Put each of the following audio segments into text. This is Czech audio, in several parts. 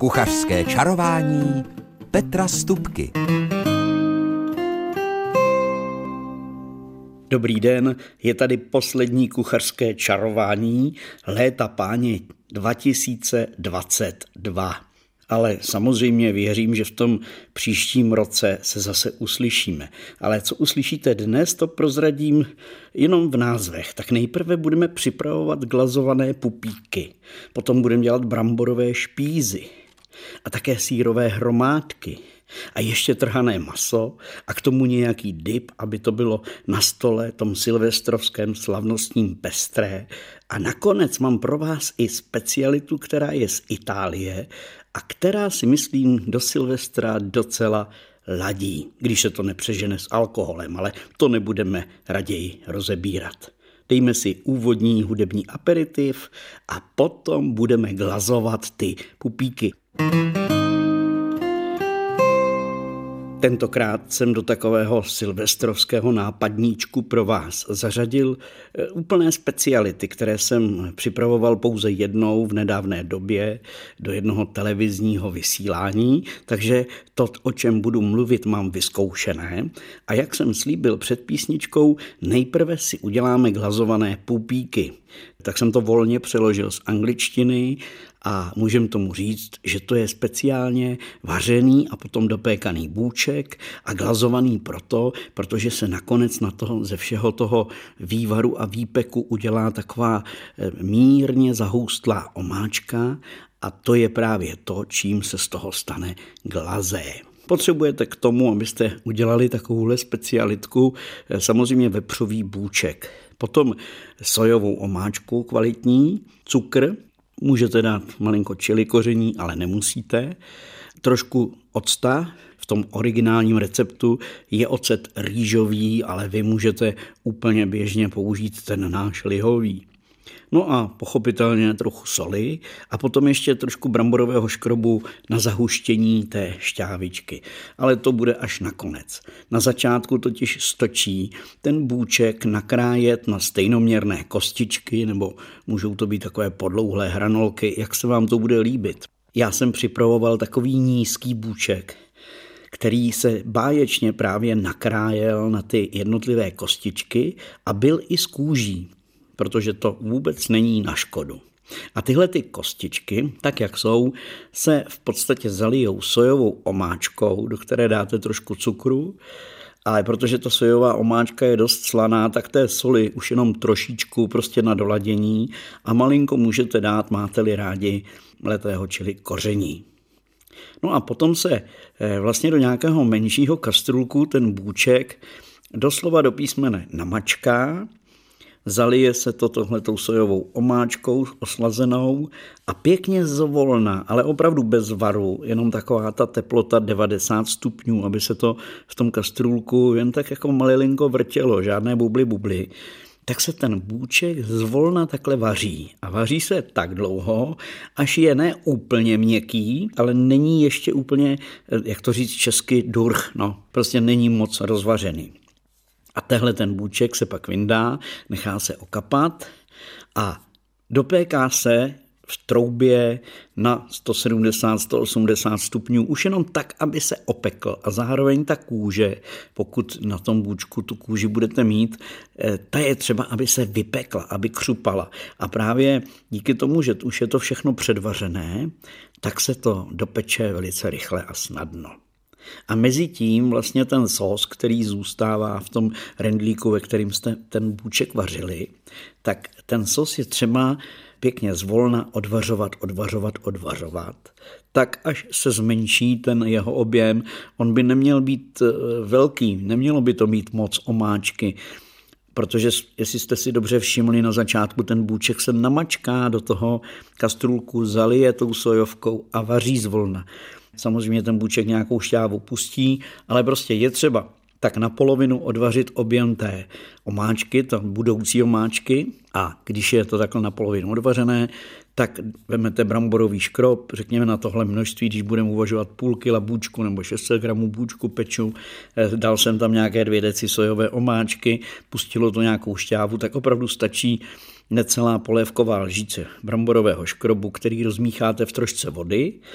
Kuchařské čarování Petra Stupky. Dobrý den, je tady poslední kuchařské čarování léta páně 2022. Ale samozřejmě věřím, že v tom příštím roce se zase uslyšíme. Ale co uslyšíte dnes, to prozradím jenom v názvech. Tak nejprve budeme připravovat glazované pupíky, potom budeme dělat bramborové špízy a také sýrové hromádky a ještě trhané maso a k tomu nějaký dip, aby to bylo na stole, tom silvestrovském slavnostním pestré. A nakonec mám pro vás i specialitu, která je z Itálie a která si myslím do Silvestra docela ladí, když se to nepřežene s alkoholem, ale to nebudeme raději rozebírat. Dejme si úvodní hudební aperitiv a potom budeme glazovat ty pupíky. Tentokrát jsem do takového silvestrovského nápadníčku pro vás zařadil úplné speciality, které jsem připravoval pouze jednou v nedávné době do jednoho televizního vysílání, takže to, o čem budu mluvit, mám vyzkoušené. A jak jsem slíbil před písničkou, nejprve si uděláme glazované pupíky. Tak jsem to volně přeložil z angličtiny a můžem tomu říct, že to je speciálně vařený a potom dopékaný bůček a glazovaný protože se nakonec na toho, ze všeho toho vývaru a výpeku udělá taková mírně zahoustlá omáčka a to je právě to, čím se z toho stane glazé. Potřebujete k tomu, abyste udělali takovouhle specialitku, samozřejmě vepřový bůček. Potom sojovou omáčku kvalitní, cukr, můžete dát malinko čili koření, ale nemusíte. Trošku octa, v tom originálním receptu je ocet rýžový, ale vy můžete úplně běžně použít ten náš lihový. No a pochopitelně trochu soli a potom ještě trošku bramborového škrobu na zahuštění té šťávičky. Ale to bude až nakonec. Na začátku totiž stačí ten bůček nakrájet na stejnoměrné kostičky, nebo můžou to být takové podlouhlé hranolky, jak se vám to bude líbit. Já jsem připravoval takový nízký bůček, který se báječně právě nakrájel na ty jednotlivé kostičky a byl i z kůží, protože to vůbec není na škodu. A tyhle ty kostičky, tak jak jsou, se v podstatě zalijou sojovou omáčkou, do které dáte trošku cukru, ale protože ta sojová omáčka je dost slaná, tak té soli už jenom trošičku prostě na doladění a malinko můžete dát, máte-li rádi, mletého čili koření. No a potom se vlastně do nějakého menšího kastrůlku ten bůček doslova do písmene namačká, zalije se to tohletou sojovou omáčkou oslazenou a pěkně zvolna, ale opravdu bez varu, jenom taková ta teplota 90 stupňů, aby se to v tom kastrůlku jen tak jako malilinko vrtělo, žádné bubly, tak se ten bůček zvolna takhle vaří. A vaří se tak dlouho, až je ne úplně měkký, ale není ještě úplně, jak to říct česky, durch, prostě není moc rozvařený. A tehle ten bůček se pak vyndá, nechá se okapat a dopéká se v troubě na 170-180 stupňů, už jenom tak, aby se opekl. A zároveň ta kůže, pokud na tom bůčku tu kůži budete mít, ta je třeba, aby se vypekla, aby křupala. A právě díky tomu, že už je to všechno předvařené, tak se to dopeče velice rychle a snadno. A mezi tím vlastně ten sos, který zůstává v tom rendlíku, ve kterým jste ten bůček vařili, tak ten sos je třeba pěkně zvolna odvařovat, tak až se zmenší ten jeho objem. On by neměl být velký, nemělo by to mít moc omáčky, protože jestli jste si dobře všimli na začátku, ten bůček se namačká do toho kastrůlku, zalije tou sojovkou a vaří zvolna. Samozřejmě ten bůček nějakou šťávu pustí, ale prostě je třeba tak na polovinu odvařit objem té omáčky, té budoucí omáčky a když je to takhle na polovinu odvařené, tak vezmete bramborový škrob, řekněme na tohle množství, když budeme uvažovat půl kila bůčku nebo 600 gramů bůčku peču, dal jsem tam nějaké 2 deci sojové omáčky, pustilo to nějakou šťávu, tak opravdu stačí necelá polévková lžíce bramborového škrobu, který rozmícháte v trošce vody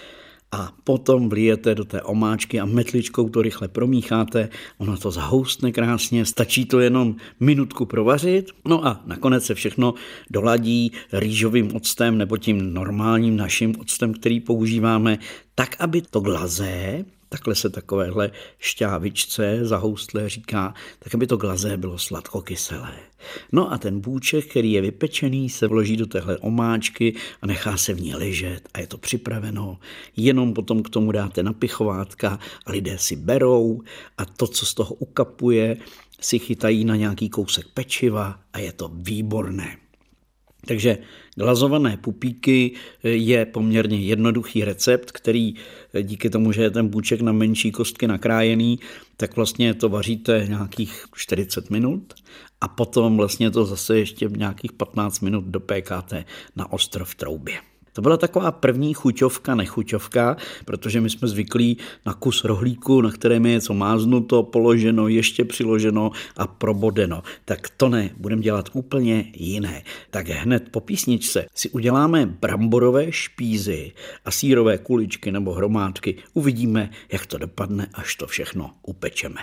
a potom vlijete do té omáčky a metličkou to rychle promícháte, ono to zahoustne krásně, stačí to jenom minutku provařit, no a nakonec se všechno doladí rýžovým octem nebo tím normálním naším octem, který používáme, tak, aby to glazé, takhle se takovéhle šťávičce zahoustlé říká, tak aby to glazé bylo sladkokyselé. No a ten bůček, který je vypečený, se vloží do téhle omáčky a nechá se v ní ležet a je to připraveno. Jenom potom k tomu dáte napichovátka a lidé si berou a to, co z toho ukapuje, si chytají na nějaký kousek pečiva a je to výborné. Takže glazované pupíky je poměrně jednoduchý recept, který díky tomu, že je ten bůček na menší kostky nakrájený, tak vlastně to vaříte nějakých 40 minut a potom vlastně to zase ještě nějakých 15 minut dopékáte na ostro v troubě. To byla taková první chuťovka, nechuťovka, protože my jsme zvyklí na kus rohlíku, na kterém je něco máznuto, položeno, ještě přiloženo a probodeno. Tak to ne, budeme dělat úplně jiné. Tak hned po písničce si uděláme bramborové špízy a sýrové kuličky nebo hromádky. Uvidíme, jak to dopadne, až to všechno upečeme.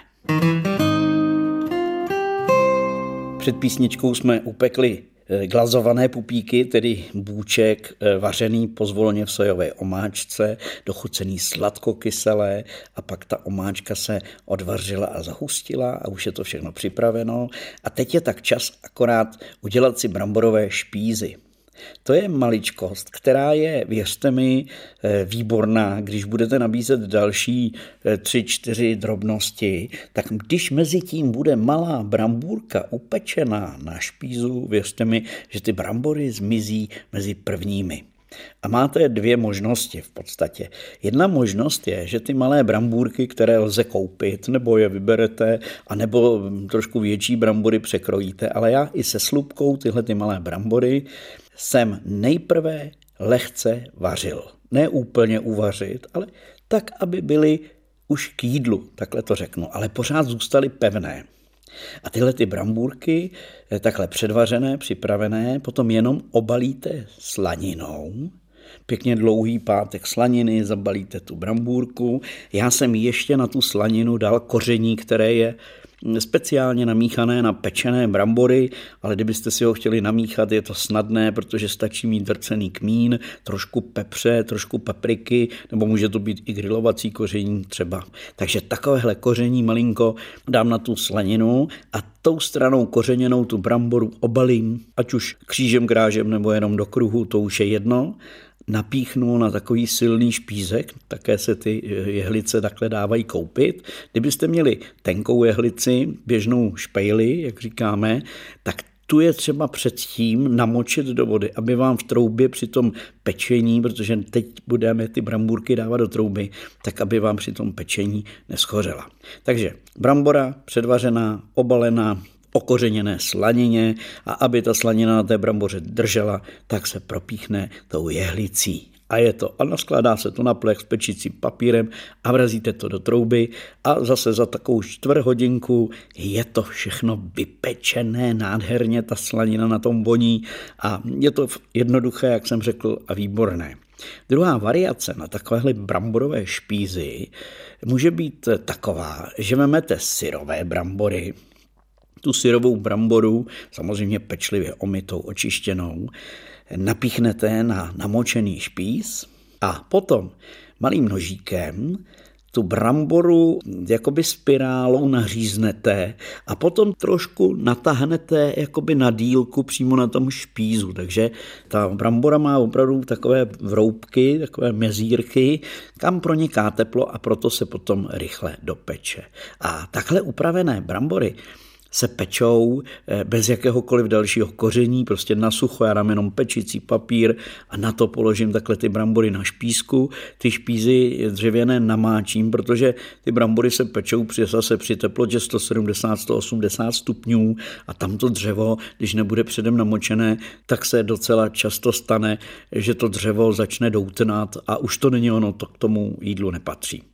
Před písničkou jsme upekli glazované pupíky, tedy bůček vařený pozvolně v sojové omáčce, dochucený sladkokyselé a pak ta omáčka se odvařila a zahustila a už je to všechno připraveno. A teď je tak čas akorát udělat si bramborové špízy. To je maličkost, která je, věřte mi, výborná, když budete nabízet další 3-4 drobnosti, tak když mezi tím bude malá brambůrka upečená na špízu, věřte mi, že ty brambory zmizí mezi prvními. A máte dvě možnosti v podstatě. Jedna možnost je, že ty malé brambůrky, které lze koupit, nebo je vyberete, anebo trošku větší brambory překrojíte, ale já i se slupkou tyhle ty malé brambory jsem nejprve lehce vařil. Ne úplně uvařit, ale tak, aby byly už k jídlu, takhle to řeknu, ale pořád zůstaly pevné. A tyhle ty brambůrky, takhle předvařené, připravené, potom jenom obalíte slaninou, pěkně dlouhý pátek slaniny, zabalíte tu brambůrku. Já jsem ještě na tu slaninu dal koření, které je speciálně namíchané na pečené brambory, ale kdybyste si ho chtěli namíchat, je to snadné, protože stačí mít drcený kmín, trošku pepře, trošku papriky, nebo může to být i grilovací koření třeba. Takže takovéhle koření malinko dám na tu slaninu a tou stranou kořeněnou tu bramboru obalím, ať už křížem, krážem nebo jenom do kruhu, to už je jedno. Napíchnu na takový silný špízek, také se ty jehlice takhle dávají koupit. Kdybyste měli tenkou jehlici, běžnou špejli, jak říkáme, tak tu je třeba předtím namočit do vody, aby vám v troubě při tom pečení, protože teď budeme ty brambůrky dávat do trouby, tak aby vám při tom pečení neschořela. Takže brambora předvařená, obalená, okořeněné slanině a aby ta slanina na té bramboře držela, tak se propíchne tou jehlicí. A je to, a naskládá se to na plech s pečícím papírem a vrazíte to do trouby a zase za takovou 4 hodinku je to všechno vypečené nádherně, ta slanina na tom voní a je to jednoduché, jak jsem řekl, a výborné. Druhá variace na takovéhle bramborové špízy může být taková, že vezmete syrové brambory, tu syrovou bramboru, samozřejmě pečlivě omytou, očištěnou, napíchnete na namočený špíz a potom malým nožíkem tu bramboru jakoby spirálou naříznete a potom trošku natáhnete jakoby na dílku přímo na tom špízu. Takže ta brambora má opravdu takové vroubky, takové mezírky, kam proniká teplo a proto se potom rychle dopeče. A takhle upravené brambory se pečou bez jakéhokoliv dalšího koření, prostě na sucho, já dám jenom pečící papír a na to položím takhle ty brambory na špízku. Ty špízy dřevěné namáčím, protože ty brambory se pečou zase při teplotě 170-180 stupňů a tam to dřevo, když nebude předem namočené, tak se docela často stane, že to dřevo začne doutnat a už to není ono, to k tomu jídlu nepatří.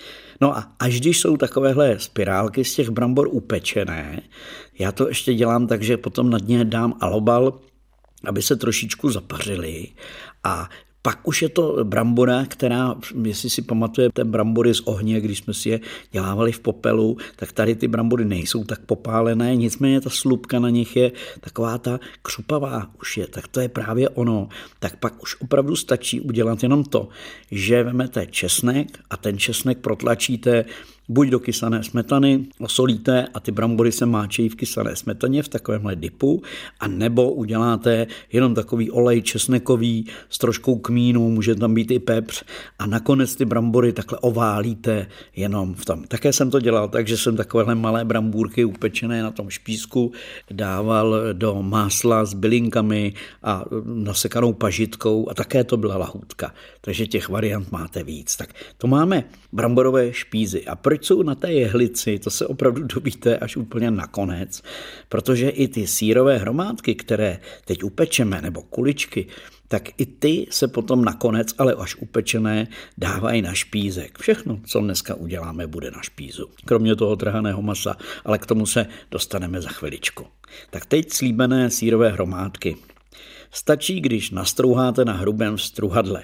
No a až když jsou takovéhle spirálky z těch brambor upečené, já to ještě dělám tak, že potom na dně dám alobal, aby se trošičku zapařily a Pak už je to brambora, která, jestli si pamatujete brambory z ohně, když jsme si je dělávali v popelu, tak tady ty brambory nejsou tak popálené, nicméně ta slupka na nich je taková ta křupavá už je, tak to je právě ono. Tak pak už opravdu stačí udělat jenom to, že vezmete česnek a ten česnek protlačíte buď do kysané smetany, osolíte a ty brambory se máčejí v kysané smetaně v takovémhle dipu, a nebo uděláte jenom takový olej česnekový s troškou kmínu, může tam být i pepř, a nakonec ty brambory takhle oválíte jenom v tom. Také jsem to dělal, takže jsem takovéhle malé brambůrky upečené na tom špísku dával do másla s bylinkami a nasekanou pažitkou, a také to byla lahůdka. Takže těch variant máte víc. Tak to máme bramborové špízy. A proč jsou na té jehlici, to se opravdu dovíte až úplně nakonec, protože i ty sýrové hromádky, které teď upečeme, nebo kuličky, tak i ty se potom nakonec, ale až upečené, dávají na špízek. Všechno, co dneska uděláme, bude na špízu. Kromě toho trhaného masa, ale k tomu se dostaneme za chviličku. Tak teď slíbené sýrové hromádky. Stačí, když nastrouháte na hrubém struhadle.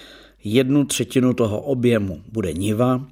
1/3 toho objemu bude niva,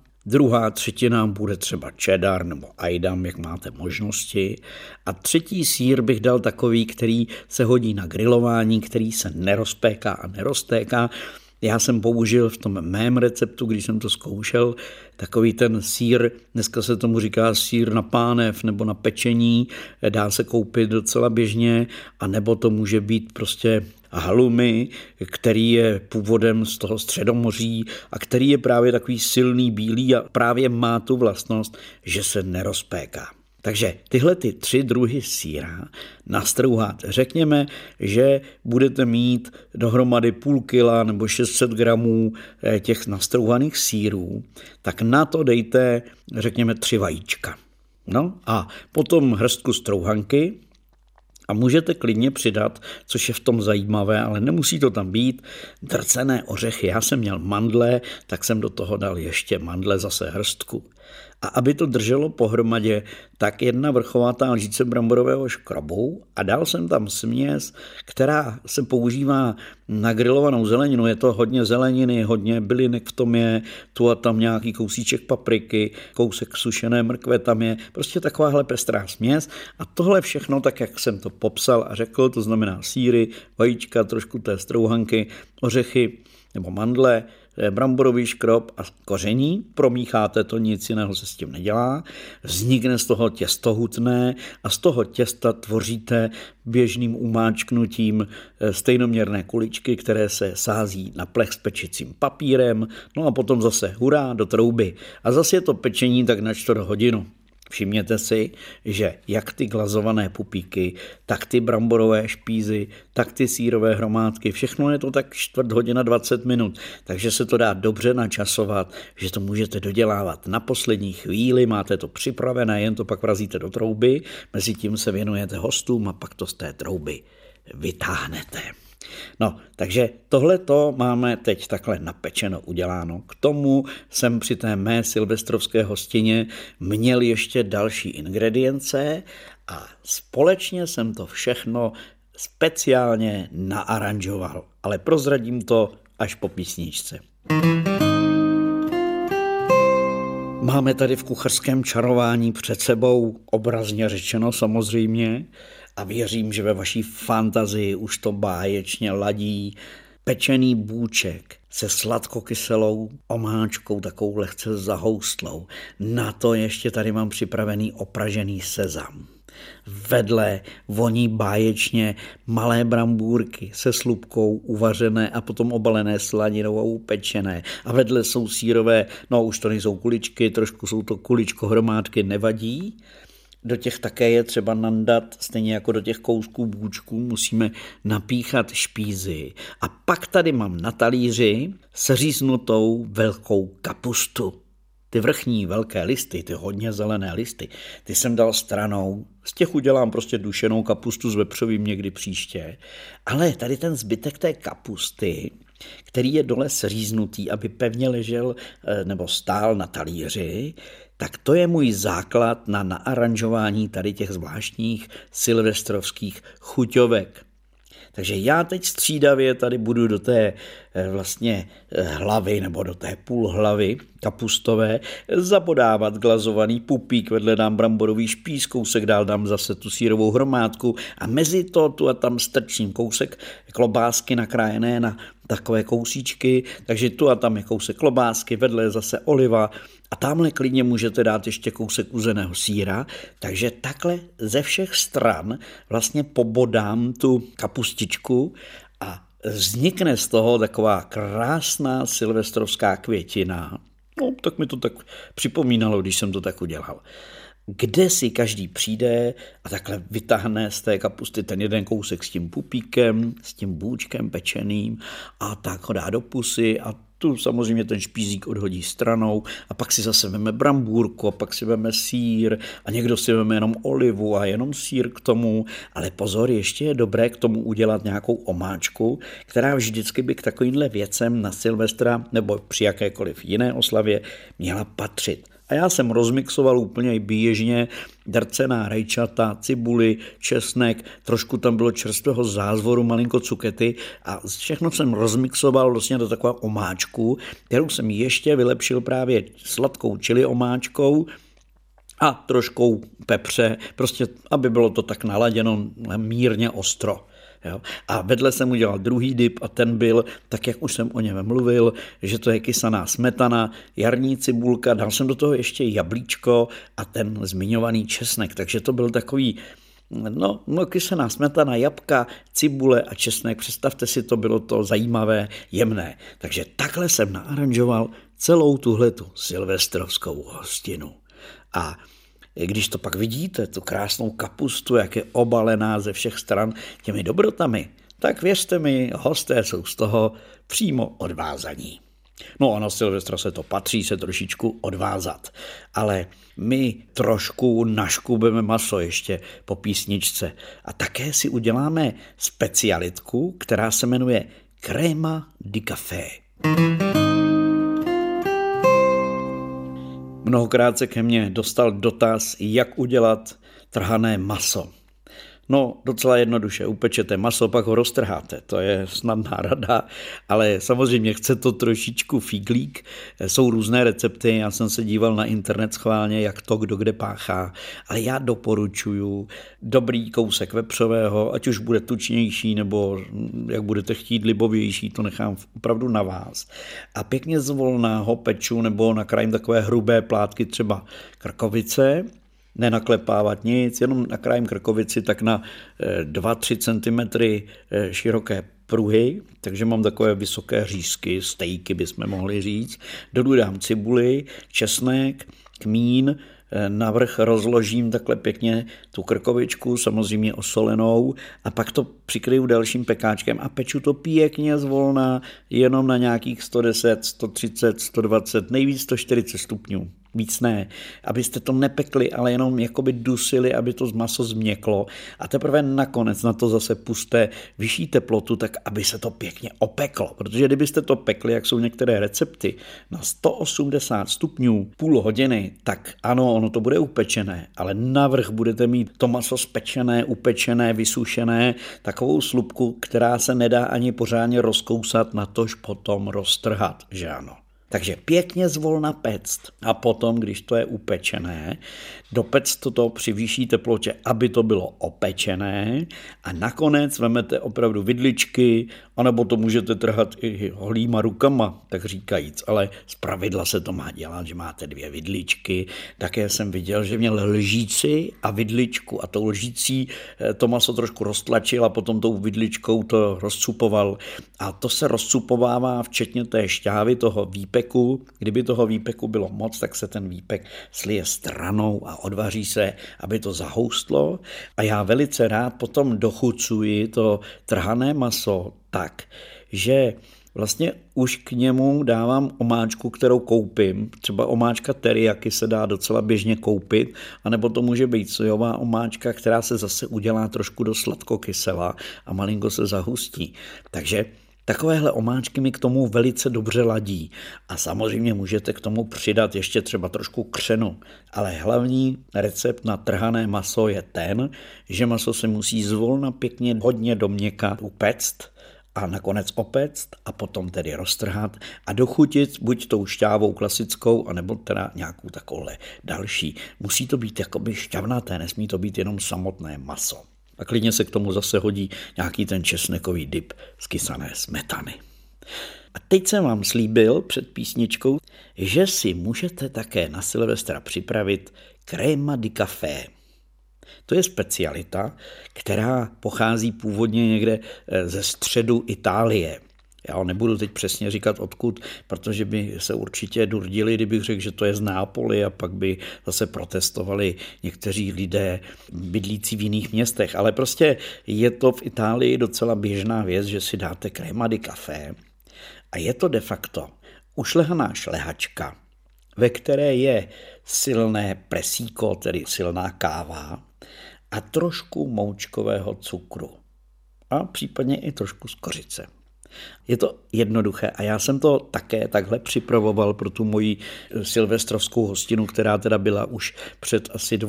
2/3 bude třeba cheddar nebo Edam, jak máte možnosti, a 3. sýr bych dal takový, který se hodí na grilování, který se nerozpéká a neroztéká. Já jsem použil v tom mém receptu, když jsem to zkoušel, takový ten sýr, dneska se tomu říká sýr na pánev nebo na pečení, dá se koupit docela běžně, a nebo to může být prostě halloumi, který je původem z toho Středomoří a který je právě takový silný bílý a právě má tu vlastnost, že se nerozpéká. Takže tyhle 3 druhy sýra nastrouháte. Řekněme, že budete mít dohromady půl kila nebo 600 gramů těch nastrouhaných sýrů, tak na to dejte, řekněme, 3 vajíčka. No a potom hrstku strouhanky, a můžete klidně přidat, což je v tom zajímavé, ale nemusí to tam být, drcené ořechy. Já jsem měl mandle, tak jsem do toho dal ještě mandle, zase hrstku. A aby to drželo pohromadě, tak 1 vrchovatá lžíce bramborového škrobu, a dal jsem tam směs, která se používá na grilovanou zeleninu. Je to hodně zeleniny, hodně bylinek v tom je, tu a tam nějaký kousíček papriky, kousek sušené mrkve tam je, prostě takováhle pestrá směs. A tohle všechno, tak jak jsem to popsal a řekl, to znamená sýry, vajíčka, trošku té strouhanky, ořechy nebo mandle, bramborový škrob a koření, promícháte to, nic jiného se s tím nedělá, vznikne z toho těsto hutné a z toho těsta tvoříte běžným umáčknutím stejnoměrné kuličky, které se sází na plech s pečicím papírem, no a potom zase hurá do trouby. A zase je to pečení tak na 4 hodinu. Všimněte si, že jak ty glazované pupíky, tak ty bramborové špízy, tak ty sýrové hromádky, všechno je to tak 4 hodin 20 minut, takže se to dá dobře načasovat, že to můžete dodělávat na poslední chvíli, máte to připravené, jen to pak vrazíte do trouby, mezi tím se věnujete hostům a pak to z té trouby vytáhnete. No, takže tohleto máme teď takhle napečeno, uděláno. K tomu jsem při té mé silvestrovské hostině měl ještě další ingredience a společně jsem to všechno speciálně naaranžoval. Ale prozradím to až po písničce. Máme tady v kuchařském čarování před sebou, obrazně řečeno samozřejmě, a věřím, že ve vaší fantazii už to báječně ladí, pečený bůček se sladkokyselou omáčkou, takovou lehce zahoustlou. Na to ještě tady mám připravený opražený sezam. Vedle voní báječně malé brambůrky se slupkou uvařené a potom obalené slaninou a upečené. A vedle jsou sýrové, no už to nejsou kuličky, trošku jsou to kuličko hromádky, nevadí. Do těch také je třeba nandat, stejně jako do těch kousků bůčků musíme napíchat špízy. A pak tady mám na talíři seříznutou velkou kapustu. Ty vrchní velké listy, ty hodně zelené listy, ty jsem dal stranou. Z těch udělám prostě dušenou kapustu s vepřovým někdy příště. Ale tady ten zbytek té kapusty, který je dole seříznutý, aby pevně ležel nebo stál na talíři, tak to je můj základ na naaranžování tady těch zvláštních silvestrovských chuťovek. Takže já teď střídavě tady budu do té vlastně hlavy nebo do té půl hlavy kapustové zapodávat glazovaný pupík, vedle dám bramborový špíz, kousek dál dám zase tu sýrovou hromádku a mezi to tu a tam strčím kousek klobásky nakrájené na takové kousíčky, takže tu a tam je kousek klobásky, vedle je zase oliva a tamhle klidně můžete dát ještě kousek uzeného sýra, takže takhle ze všech stran vlastně pobodám tu kapustičku a vznikne z toho taková krásná silvestrovská květina. No, tak mi to tak připomínalo, když jsem to tak udělal. Kde si každý přijde a takhle vytáhne z té kapusty ten jeden kousek s tím pupíkem, s tím bůčkem pečeným a tak ho dá do pusy a tu samozřejmě ten špízík odhodí stranou a pak si zase veme brambůrku a pak si veme sýr a někdo si veme jenom olivu a jenom sýr k tomu, ale pozor, ještě je dobré k tomu udělat nějakou omáčku, která vždycky by k takovýmhle věcem na Silvestra nebo při jakékoliv jiné oslavě měla patřit. A já jsem rozmixoval úplně běžně drcená rajčata, cibuli, česnek, trošku tam bylo čerstvého zázvoru, malinko cukety a všechno jsem rozmixoval vlastně do takové omáčku, kterou jsem ještě vylepšil právě sladkou chili omáčkou a troškou pepře, prostě aby bylo to tak naladěno mírně ostro. Jo? A vedle jsem udělal druhý dip a ten byl, tak jak už jsem o něm mluvil, že to je kysaná smetana, jarní cibulka, dal jsem do toho ještě jablíčko a ten zmiňovaný česnek, takže to byl takový kysaná smetana, jabka, cibule a česnek, představte si, to bylo to zajímavé, jemné. Takže takhle jsem naaranžoval celou tuhletu silvestrovskou hostinu. A když to pak vidíte, tu krásnou kapustu, jak je obalená ze všech stran těmi dobrotami, tak věřte mi, hosté jsou z toho přímo odvázaní. No a na Silvestra se to patří se trošičku odvázat, ale my trošku naškubeme maso ještě po písničce a také si uděláme specialitku, která se jmenuje Crema di café. Mnohokrát se ke mně dostal dotaz, jak udělat trhané maso. No, docela jednoduše, upečete maso, pak ho roztrháte, to je snadná rada, ale samozřejmě chce to trošičku fíglík, jsou různé recepty, já jsem se díval na internet schválně, jak to kdo kde páchá, ale já doporučuju dobrý kousek vepřového, ať už bude tučnější, nebo jak budete chtít libovější, to nechám opravdu na vás. A pěkně zvolna ho peču, nebo nakrájím takové hrubé plátky, třeba krkovice, nenaklepávat nic, jenom nakrájím krkovici tak na 2-3 cm široké pruhy, takže mám takové vysoké řízky, stejky bychom mohli říct. Dodám cibuli, česnek, kmín, navrch rozložím takhle pěkně tu krkovičku, samozřejmě osolenou a pak to přikryju dalším pekáčkem a peču to pěkně zvolna, jenom na nějakých 110, 130, 120, nejvíc 140 stupňů. Víc ne, abyste to nepekli, ale jenom jakoby dusili, aby to maso změklo a teprve nakonec na to zase pusťte vyšší teplotu, tak aby se to pěkně opeklo, protože kdybyste to pekli, jak jsou některé recepty, na 180 stupňů půl hodiny, tak ano, ono to bude upečené, ale navrch budete mít to maso spečené, upečené, vysušené, takovou slupku, která se nedá ani pořádně rozkousat, natož potom roztrhat, že ano. Takže pěkně zvolna pect a potom, když to je upečené, dopect to při vyšší teplotě, aby to bylo opečené a nakonec vemete opravdu vidličky, anebo to můžete trhat i holýma rukama, tak říkajíc, ale zpravidla se to má dělat, že máte 2 vidličky. Také jsem viděl, že měl lžíci a vidličku a tou lžící to maso trošku roztlačil a potom tou vidličkou to rozcupoval a to se rozcupovává včetně té šťávy toho výpeku. Kdyby toho výpeku bylo moc, tak se ten výpek slije stranou a odvaří se, aby to zahoustlo a já velice rád potom dochucuji to trhané maso tak, že vlastně už k němu dávám omáčku, kterou koupím. Třeba omáčka teriyaki se dá docela běžně koupit, anebo to může být sojová omáčka, která se zase udělá trošku do sladkokyselá a malinko se zahustí. Takže Takovéhle omáčky mi k tomu velice dobře ladí. A samozřejmě můžete k tomu přidat ještě třeba trošku křenu. Ale hlavní recept na trhané maso je ten, že maso se musí zvolna pěkně hodně do měka upéct a nakonec opéct a potom tedy roztrhat a dochutit buď tou šťávou klasickou, anebo teda nějakou takovouhle další. Musí to být jakoby šťavnaté, nesmí to být jenom samotné maso. A klidně se k tomu zase hodí nějaký ten česnekový dip z kysané smetany. A teď jsem vám slíbil před písničkou, že si můžete také na Silvestra připravit crema di café. To je specialita, která pochází původně někde ze středu Itálie. Já nebudu teď přesně říkat odkud, protože by se určitě durdili, kdybych řekl, že to je z Neapoli a pak by zase protestovali někteří lidé bydlící v jiných městech. Ale prostě je to v Itálii docela běžná věc, že si dáte crema di café a je to de facto ušlehaná šlehačka, ve které je silné presíko, tedy silná káva a trošku moučkového cukru a případně i trošku z kořice. Je to jednoduché a já jsem to také takhle připravoval pro tu moji silvestrovskou hostinu, která teda byla už před asi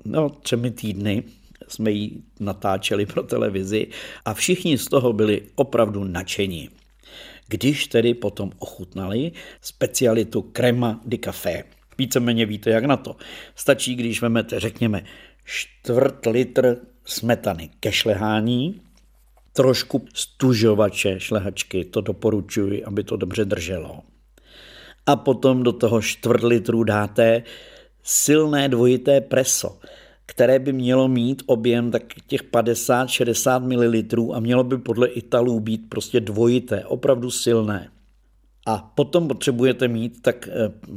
3 týdny. Jsme ji natáčeli pro televizi a všichni z toho byli opravdu nadšení. Když tedy potom ochutnali specialitu crema di café. Víceméně víte, jak na to. Stačí, když vezmete, řekněme, 1/4 litr smetany ke šlehání, trošku stužovače šlehačky, to doporučuji, aby to dobře drželo. A potom do toho 1/4 litru dáte silné dvojité preso, které by mělo mít objem tak těch 50-60 ml a mělo by podle Italů být prostě dvojité, opravdu silné. A potom potřebujete mít tak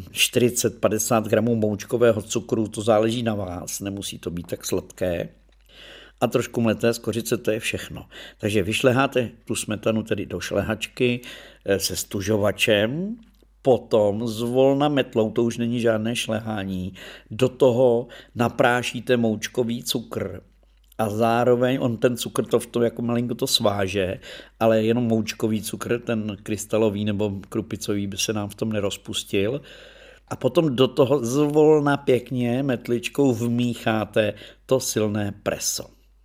40-50 gramů moučkového cukru, to záleží na vás, nemusí to být tak sladké. A trošku mleté z kořice, to je všechno. Takže vyšleháte tu smetanu tedy do šlehačky se stužovačem, potom zvolna metlou, to už není žádné šlehání, do toho naprášíte moučkový cukr a zároveň on ten cukr to v tom jako malinko to sváže, ale jenom moučkový cukr, ten krystalový nebo krupicový by se nám v tom nerozpustil. A potom do toho zvolna pěkně metličkou vmícháte to silné preso.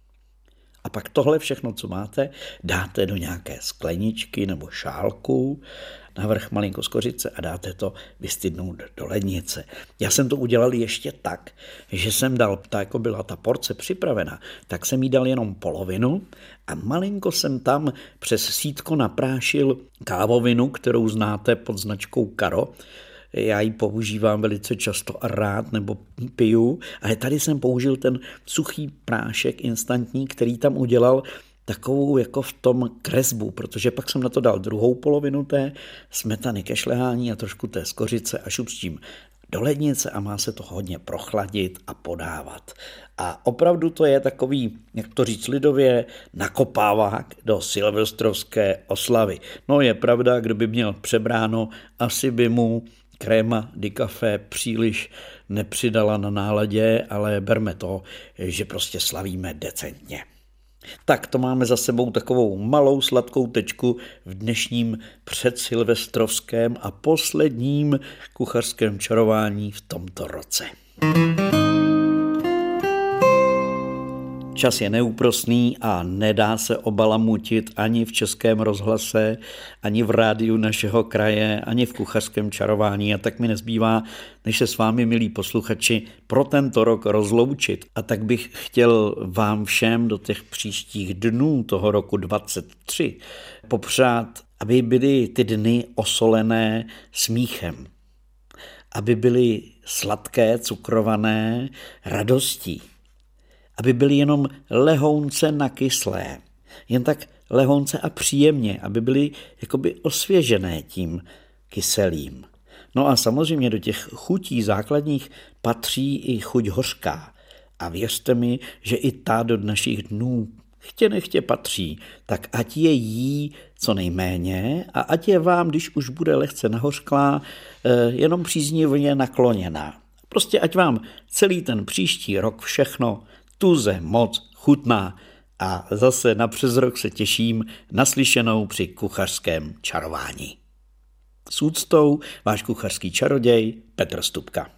A pak tohle všechno, co máte, dáte do nějaké skleničky nebo šálku, navrch malinko z kořice a dáte to vystydnout do lednice. Já jsem to udělal ještě tak, že jsem dal, jako byla ta porce připravena, tak jsem jí dal jenom polovinu a malinko jsem tam přes sítko naprášil kávovinu, kterou znáte pod značkou Caro. Já ji používám velice často a rád, nebo piju, ale tady jsem použil ten suchý prášek instantní, který tam udělal takovou jako v tom kresbu, protože pak jsem na to dal druhou polovinu té smetany ke šlehání a trošku té skořice a šup s tím do lednice a má se to hodně prochladit a podávat. A opravdu to je takový, jak to říct lidově, nakopávák do silvestrovské oslavy. No je pravda, kdo by měl přebráno, asi by mu crema di café příliš nepřidala na náladě, ale berme to, že prostě slavíme decentně. Tak to máme za sebou takovou malou sladkou tečku v dnešním předsilvestrovském a posledním kuchařském čarování v tomto roce. Čas je neúprosný a nedá se obalamutit ani v Českém rozhlase, ani v rádiu našeho kraje, ani v kuchařském čarování. A tak mi nezbývá, než se s vámi, milí posluchači, pro tento rok rozloučit. A tak bych chtěl vám všem do těch příštích dnů toho roku 2023 popřát, aby byly ty dny osolené smíchem, aby byly sladké, cukrované radostí, aby byly jenom lehounce nakyslé, jen tak lehounce a příjemně, aby byly jakoby osvěžené tím kyselým. No a samozřejmě do těch chutí základních patří i chuť hořká. A věřte mi, že i ta do našich dnů chtě nechtě patří, tak ať je jí co nejméně a ať je vám, když už bude lehce nahořklá, jenom příznivě nakloněná. Prostě ať vám celý ten příští rok všechno tuze moc chutná A zase na přes rok se těším naslyšenou při kuchařském čarování. S úctou váš kuchařský čaroděj Petr Stupka.